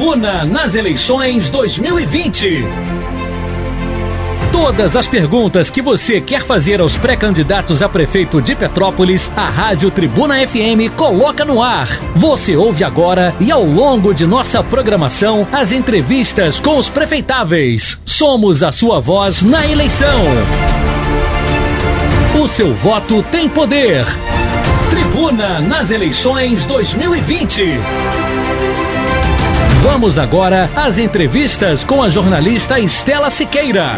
Tribuna nas eleições 2020. Todas as perguntas que você quer fazer aos pré-candidatos a prefeito de Petrópolis, a Rádio Tribuna FM coloca no ar. Você ouve agora e ao longo de nossa programação as entrevistas com os prefeitáveis. Somos a sua voz na eleição. O seu voto tem poder. Tribuna nas eleições 2020. Vamos agora às entrevistas com a jornalista Estela Siqueira.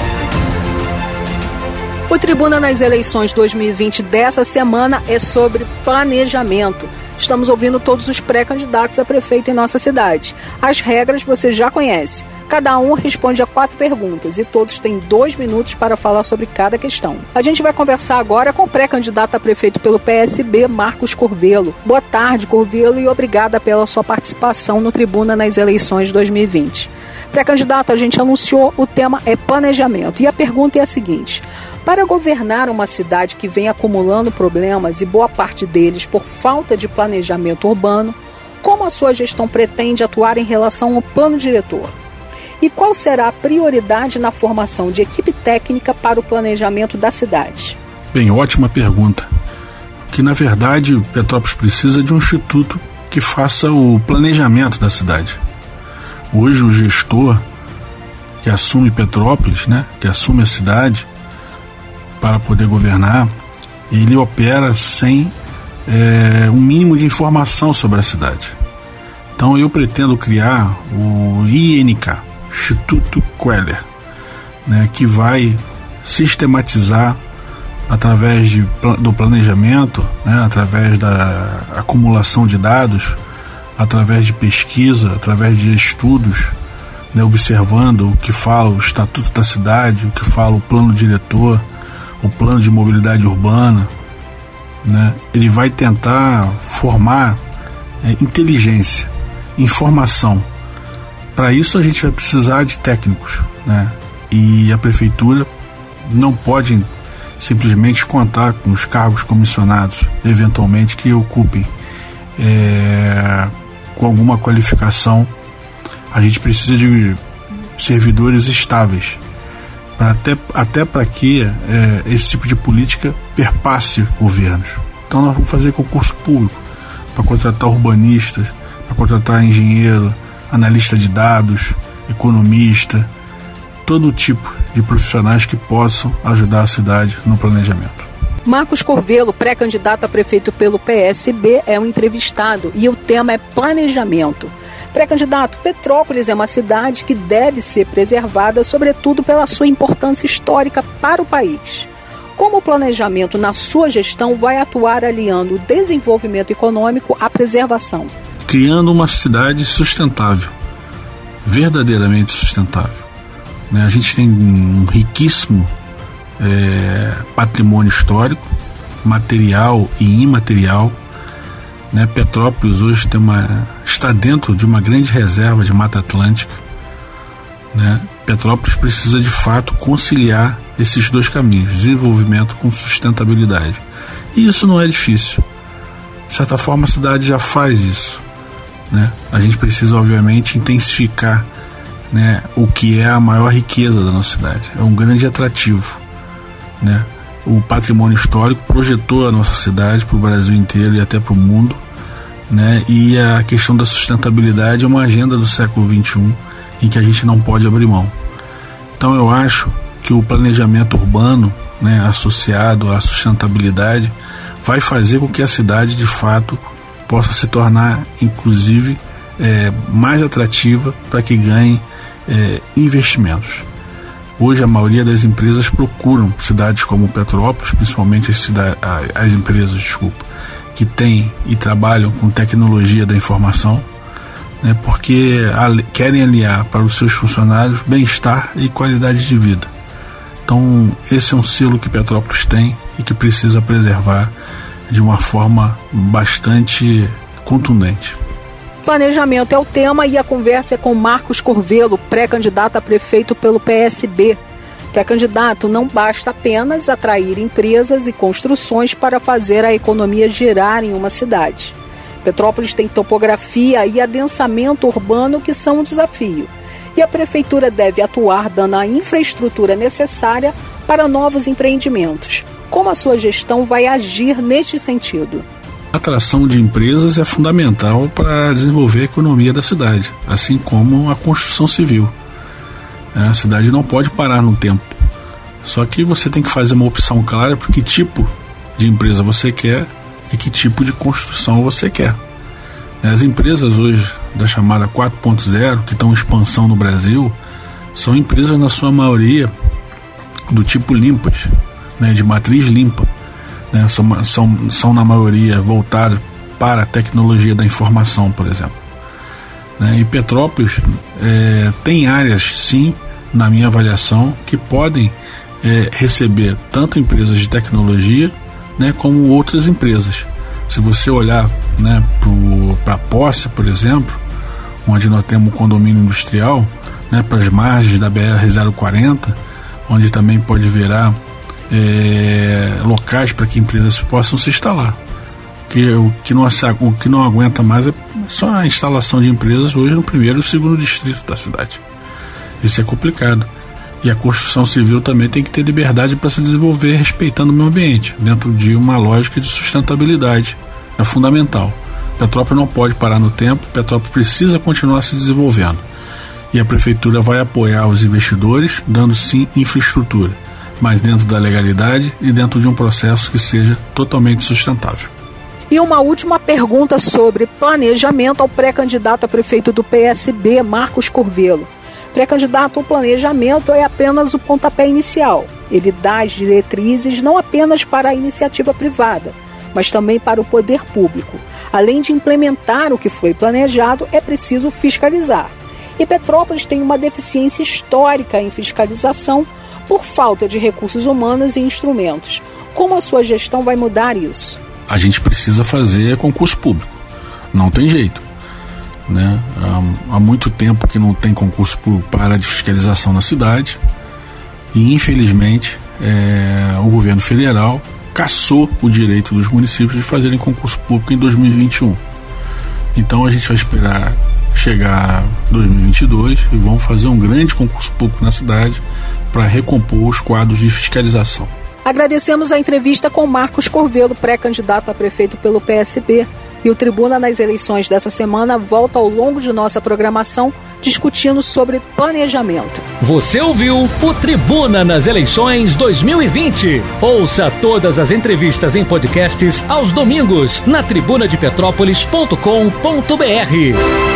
O Tribuna nas eleições 2020 dessa semana é sobre planejamento. Estamos ouvindo todos os pré-candidatos a prefeito em nossa cidade. As regras você já conhece. Cada um responde a 4 perguntas e todos têm 2 minutos para falar sobre cada questão. A gente vai conversar agora com o pré-candidato a prefeito pelo PSB, Marcos Corvelo. Boa tarde, Corvelo, e obrigada pela sua participação no Tribuna nas eleições 2020. Pré-candidato, a gente anunciou, o tema é planejamento. E a pergunta é a seguinte: para governar uma cidade que vem acumulando problemas e boa parte deles por falta de planejamento urbano, como a sua gestão pretende atuar em relação ao plano diretor? E qual será a prioridade na formação de equipe técnica para o planejamento da cidade? Bem, ótima pergunta. Que na verdade Petrópolis precisa de um instituto que faça o planejamento da cidade. Hoje o gestor que assume Petrópolis, que assume a cidade para poder governar, ele opera sem um mínimo de informação sobre a cidade. Então eu pretendo criar o INK, Instituto Queller, que vai sistematizar através do planejamento, através da acumulação de dados, através de pesquisa, através de estudos, observando o que fala o Estatuto da Cidade, o que fala o plano diretor, o plano de mobilidade urbana, ele vai tentar formar inteligência, informação. Para isso a gente vai precisar de técnicos, e a prefeitura não pode simplesmente contar com os cargos comissionados, eventualmente, que ocupem com alguma qualificação. A gente precisa de servidores estáveis, até para que esse tipo de política perpasse governos. Então nós vamos fazer concurso público para contratar urbanistas, para contratar engenheiro, analista de dados, economista, todo tipo de profissionais que possam ajudar a cidade no planejamento. Marcos Corvelo, pré-candidato a prefeito pelo PSB, é um entrevistado e o tema é planejamento. Pré-candidato, Petrópolis é uma cidade que deve ser preservada, sobretudo pela sua importância histórica para o país. Como o planejamento na sua gestão vai atuar aliando o desenvolvimento econômico à preservação? Criando uma cidade sustentável, verdadeiramente sustentável. A gente tem um riquíssimo patrimônio histórico, material e imaterial. Petrópolis hoje está dentro de uma grande reserva de Mata Atlântica. Petrópolis precisa de fato conciliar esses 2 caminhos, desenvolvimento com sustentabilidade. E isso não é difícil. De certa forma a cidade já faz isso. A gente precisa obviamente intensificar o que é a maior riqueza da nossa cidade. É um grande atrativo. O patrimônio histórico projetou a nossa cidade para o Brasil inteiro e até para o mundo, e a questão da sustentabilidade é uma agenda do século XXI em que a gente não pode abrir mão. Então eu acho que o planejamento urbano, associado à sustentabilidade, vai fazer com que a cidade de fato possa se tornar inclusive mais atrativa para que ganhe investimentos. Hoje a maioria das empresas procuram cidades como Petrópolis, principalmente as empresas, que têm e trabalham com tecnologia da informação, porque querem aliar para os seus funcionários bem-estar e qualidade de vida. Então esse é um selo que Petrópolis tem e que precisa preservar de uma forma bastante contundente. Planejamento é o tema e a conversa é com Marcos Corvelo, pré-candidato a prefeito pelo PSB. Pré-candidato, não basta apenas atrair empresas e construções para fazer a economia girar em uma cidade. Petrópolis tem topografia e adensamento urbano que são um desafio. E a Prefeitura deve atuar dando a infraestrutura necessária para novos empreendimentos. Como a sua gestão vai agir neste sentido? A atração de empresas é fundamental para desenvolver a economia da cidade, assim como a construção civil. A cidade não pode parar no tempo. Só que você tem que fazer uma opção clara por que tipo de empresa você quer e que tipo de construção você quer. As empresas hoje da chamada 4.0, que estão em expansão no Brasil, são empresas na sua maioria do tipo limpas, de matriz limpa. São na maioria voltadas para a tecnologia da informação, por exemplo. E Petrópolis tem áreas, sim, na minha avaliação, que podem receber tanto empresas de tecnologia, como outras empresas. Se você olhar para a Posse, por exemplo, onde nós temos um condomínio industrial, para as margens da BR-040, onde também pode virar locais para que empresas possam se instalar. O que não aguenta mais é só a instalação de empresas hoje no primeiro e segundo distrito da cidade. Isso é complicado. E a construção civil também tem que ter liberdade para se desenvolver respeitando o meio ambiente, dentro de uma lógica de sustentabilidade. É fundamental. Petrópolis não pode parar no tempo, Petrópolis precisa continuar se desenvolvendo. E a Prefeitura vai apoiar os investidores, dando sim infraestrutura, mas dentro da legalidade e dentro de um processo que seja totalmente sustentável. E uma última pergunta sobre planejamento ao pré-candidato a prefeito do PSB, Marcos Curvelo. Pré-candidato, o planejamento é apenas o pontapé inicial. Ele dá as diretrizes não apenas para a iniciativa privada, mas também para o poder público. Além de implementar o que foi planejado, é preciso fiscalizar. E Petrópolis tem uma deficiência histórica em fiscalização por falta de recursos humanos e instrumentos. Como a sua gestão vai mudar isso? A gente precisa fazer concurso público. Não tem jeito. Há muito tempo que não tem concurso público para de fiscalização na cidade. E, infelizmente, o governo federal cassou o direito dos municípios de fazerem concurso público em 2021. Então, a gente vai esperar chegar 2022 e vamos fazer um grande concurso público na cidade para recompor os quadros de fiscalização. Agradecemos a entrevista com Marcos Curvelo, pré-candidato a prefeito pelo PSB. E o Tribuna nas eleições dessa semana volta ao longo de nossa programação discutindo sobre planejamento. Você ouviu o Tribuna nas eleições 2020. Ouça todas as entrevistas em podcasts aos domingos na tribunadepetrópolis.com.br.